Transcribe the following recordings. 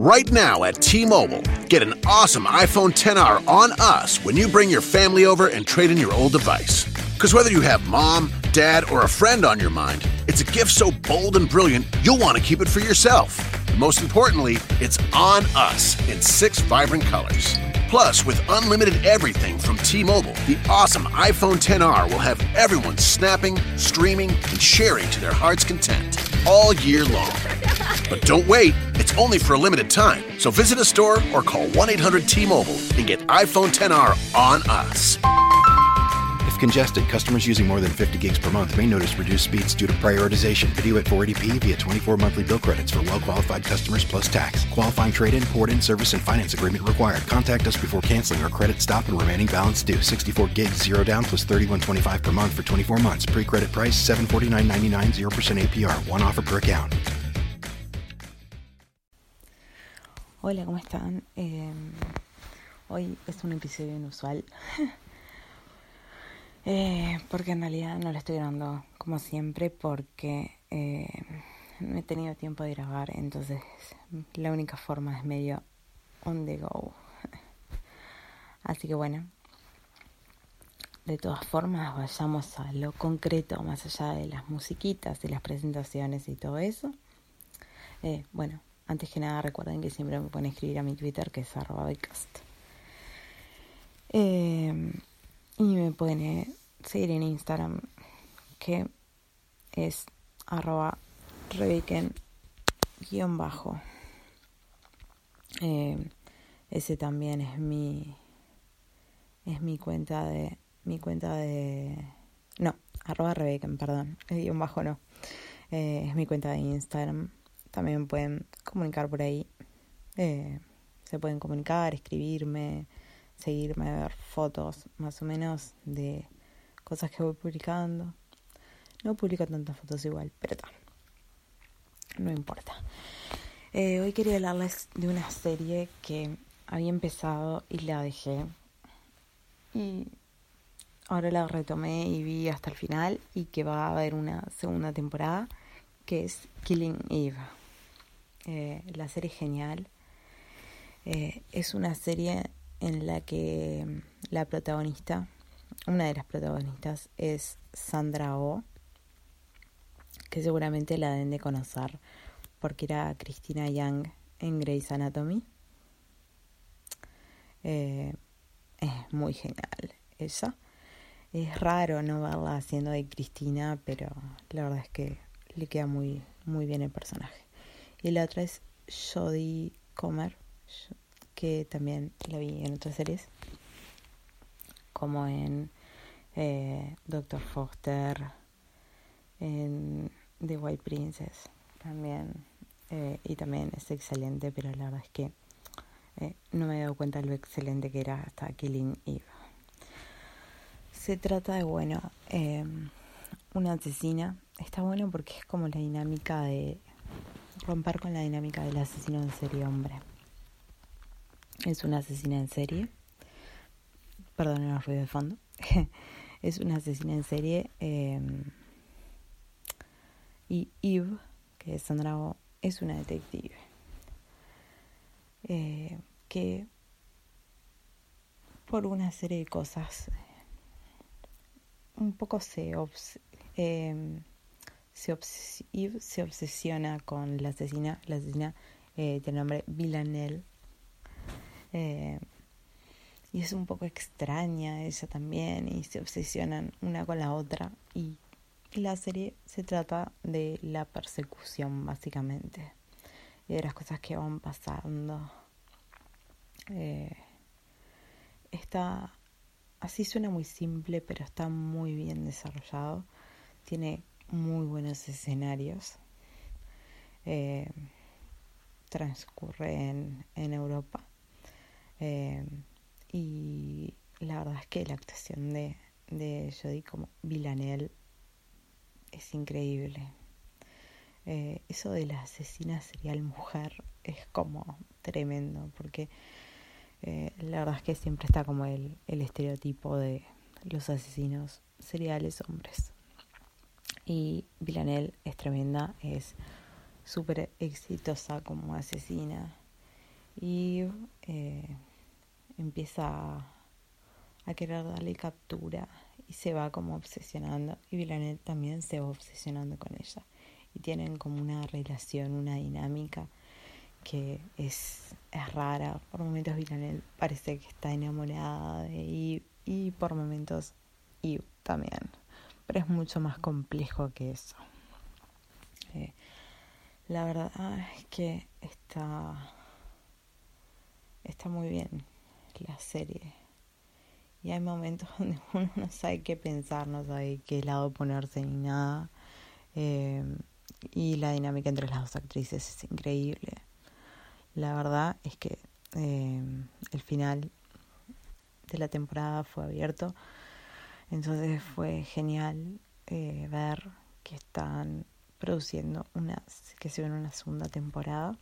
Right now at T-Mobile, get an awesome iPhone XR on us when you bring your family over and trade in your old device. Because whether you have mom, dad, or a friend on your mind, it's a gift so bold and brilliant, you'll want to keep it for yourself. And most importantly, it's on us in 6 vibrant colors. Plus, with unlimited everything from T-Mobile, the awesome iPhone XR will have everyone snapping, streaming, and sharing to their heart's content all year long. But don't wait, it's only for a limited time. So visit a store or call 1-800-T-Mobile and get iPhone XR on us. If congested, customers using more than 50 gigs per month may notice reduced speeds due to prioritization. Video at 480p via 24 monthly bill credits for well-qualified customers plus tax. Qualifying trade-in, port-in, service, and finance agreement required. Contact us before canceling or credit stop and remaining balance due. 64 gigs, 0 down plus $31.25 per month for 24 months. Pre-credit price $749.99, 0% APR. One offer per account. Hola, ¿cómo están? Hoy es un episodio inusual. Porque en realidad no lo estoy grabando como siempre porque no he tenido tiempo de grabar, entonces la única forma es medio on the go. Así que bueno, de todas formas vayamos a lo concreto, más allá de las musiquitas y las presentaciones y todo eso. Bueno, antes que nada recuerden que siempre me pueden escribir a mi Twitter, que es @becast. Y me pueden seguir en Instagram, que es @rebeken_. Ese también es mi cuenta de no, @rebeken, perdón, guión bajo no. Es mi cuenta de Instagram. También pueden comunicar por ahí. Se pueden comunicar, escribirme, seguirme, ver fotos más o menos de cosas que voy publicando. No publico tantas fotos igual, pero no importa. Hoy quería hablarles de una serie que había empezado y la dejé. Y ahora la retomé y vi hasta el final, y que va a haber una segunda temporada, que es Killing Eve. La serie es genial. Es una serie en la que la protagonista, una de las protagonistas, es Sandra Oh, que seguramente la deben de conocer porque era Christina Yang en Grey's Anatomy. Es muy genial ella. Es raro no verla haciendo de Cristina, pero la verdad es que le queda muy, muy bien el personaje. Y la otra es Jodie Comer, que también la vi en otras series, como en Dr. Foster, en The White Princess también, y también es excelente, pero la verdad es que no me he dado cuenta de lo excelente que era hasta Killing Eve. Se trata de, una asesina. Está bueno porque es como la dinámica de romper con la dinámica del asesino en serie hombre. Es una asesina en serie. Perdonen los ruidos de fondo. Es una asesina en serie. Y Eve, que es Sandra Oh, es una detective. Que por una serie de cosas un poco Eve se obsesiona con la asesina. La asesina tiene el nombre Villanelle. Y es un poco extraña ella también, y se obsesionan una con la otra. Y la serie se trata de la persecución, básicamente, y de las cosas que van pasando. Así suena muy simple, pero está muy bien desarrollado. Tiene muy buenos escenarios. Transcurre en Europa. Y la verdad es que la actuación de Jodie como Villanelle es increíble. Eso de la asesina serial mujer es como tremendo, porque la verdad es que siempre está como el estereotipo de los asesinos seriales hombres. Y Villanelle es tremenda, es súper exitosa como asesina, Eve empieza a querer darle captura y se va como obsesionando, y Villanelle también se va obsesionando con ella, y tienen como una relación, una dinámica que es rara. Por momentos Villanelle parece que está enamorada de Eve, y por momentos Eve también, pero es mucho más complejo que eso. La verdad es que está muy bien la serie, y hay momentos donde uno no sabe qué pensar, no sabe qué lado ponerse ni nada, y la dinámica entre las dos actrices es increíble. La verdad es que el final de la temporada fue abierto, entonces fue genial ver que están produciendo que se viene una segunda temporada,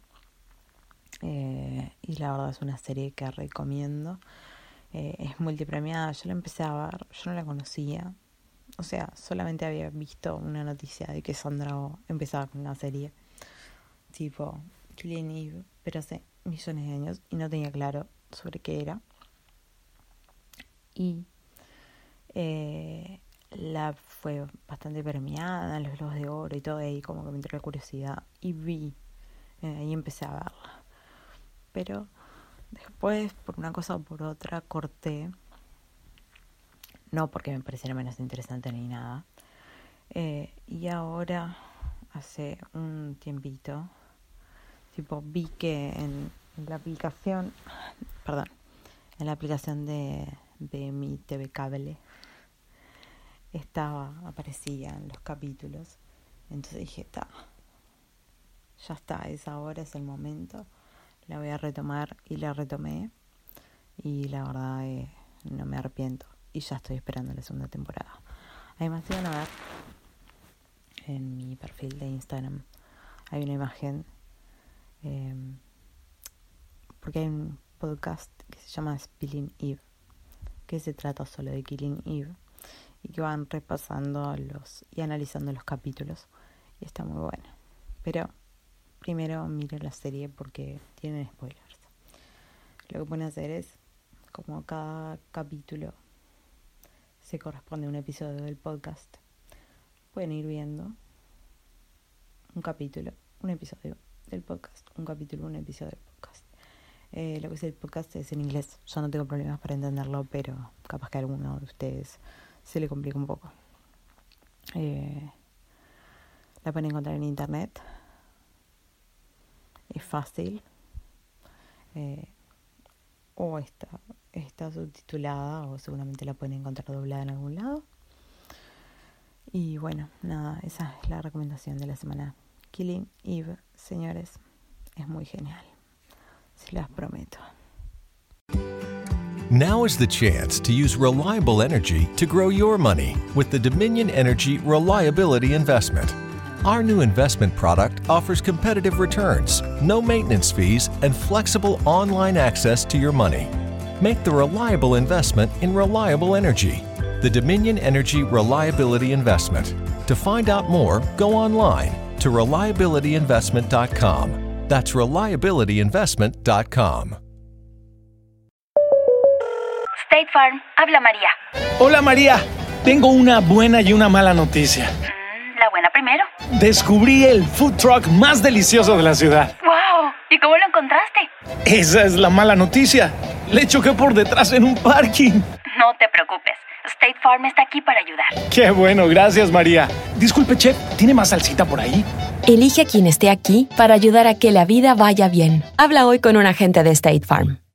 y la verdad es una serie que recomiendo. Es multipremiada, yo la empecé a ver, yo no la conocía, o sea, solamente había visto una noticia de que Sandra Oh empezaba con una serie tipo Killing Eve, pero hace millones de años, y no tenía claro sobre qué era. Y la fue bastante premiada en los Globos de Oro y todo, y como que me entró la curiosidad y vi, y empecé a verla. Pero después, por una cosa o por otra, corté. No porque me pareciera menos interesante ni nada. Y ahora, hace un tiempito, vi que en la aplicación, de mi TV Cable, aparecían los capítulos. Entonces dije, ya está, es ahora, es el momento. La voy a retomar, y la retomé, y la verdad no me arrepiento, y ya estoy esperando la segunda temporada. Además, si van a ver en mi perfil de Instagram, hay una imagen, porque hay un podcast que se llama Spilling Eve, que se trata solo de Killing Eve, y que van repasando y analizando los capítulos, y está muy bueno. Pero primero miren la serie porque tienen spoilers. Lo que pueden hacer es, como cada capítulo se corresponde a un episodio del podcast, pueden ir viendo un capítulo, un episodio del podcast, un capítulo, un episodio del podcast. Lo que es el podcast es en inglés, yo no tengo problemas para entenderlo, pero capaz que a alguno de ustedes se le complica un poco. La pueden encontrar en internet, es fácil, o está subtitulada, o seguramente la pueden encontrar doblada en algún lado. Y bueno, nada, esa es la recomendación de la semana. Killing Eve, señores, es muy genial, se las prometo. Now is the chance to use reliable energy to grow your money with the Dominion Energy Reliability Investment. Our new investment product offers competitive returns, no maintenance fees, and flexible online access to your money. Make the reliable investment in reliable energy. The Dominion Energy Reliability Investment. To find out more, go online to reliabilityinvestment.com. That's reliabilityinvestment.com. State Farm, habla María. Hola María, tengo una buena y una mala noticia. La buena primero. Descubrí el food truck más delicioso de la ciudad. ¡Wow! ¿Y cómo lo encontraste? Esa es la mala noticia. Le choqué por detrás en un parking. No te preocupes. State Farm está aquí para ayudar. Qué bueno, gracias María. Disculpe, chef, ¿tiene más salsita por ahí? Elige a quien esté aquí para ayudar a que la vida vaya bien. Habla hoy con un agente de State Farm.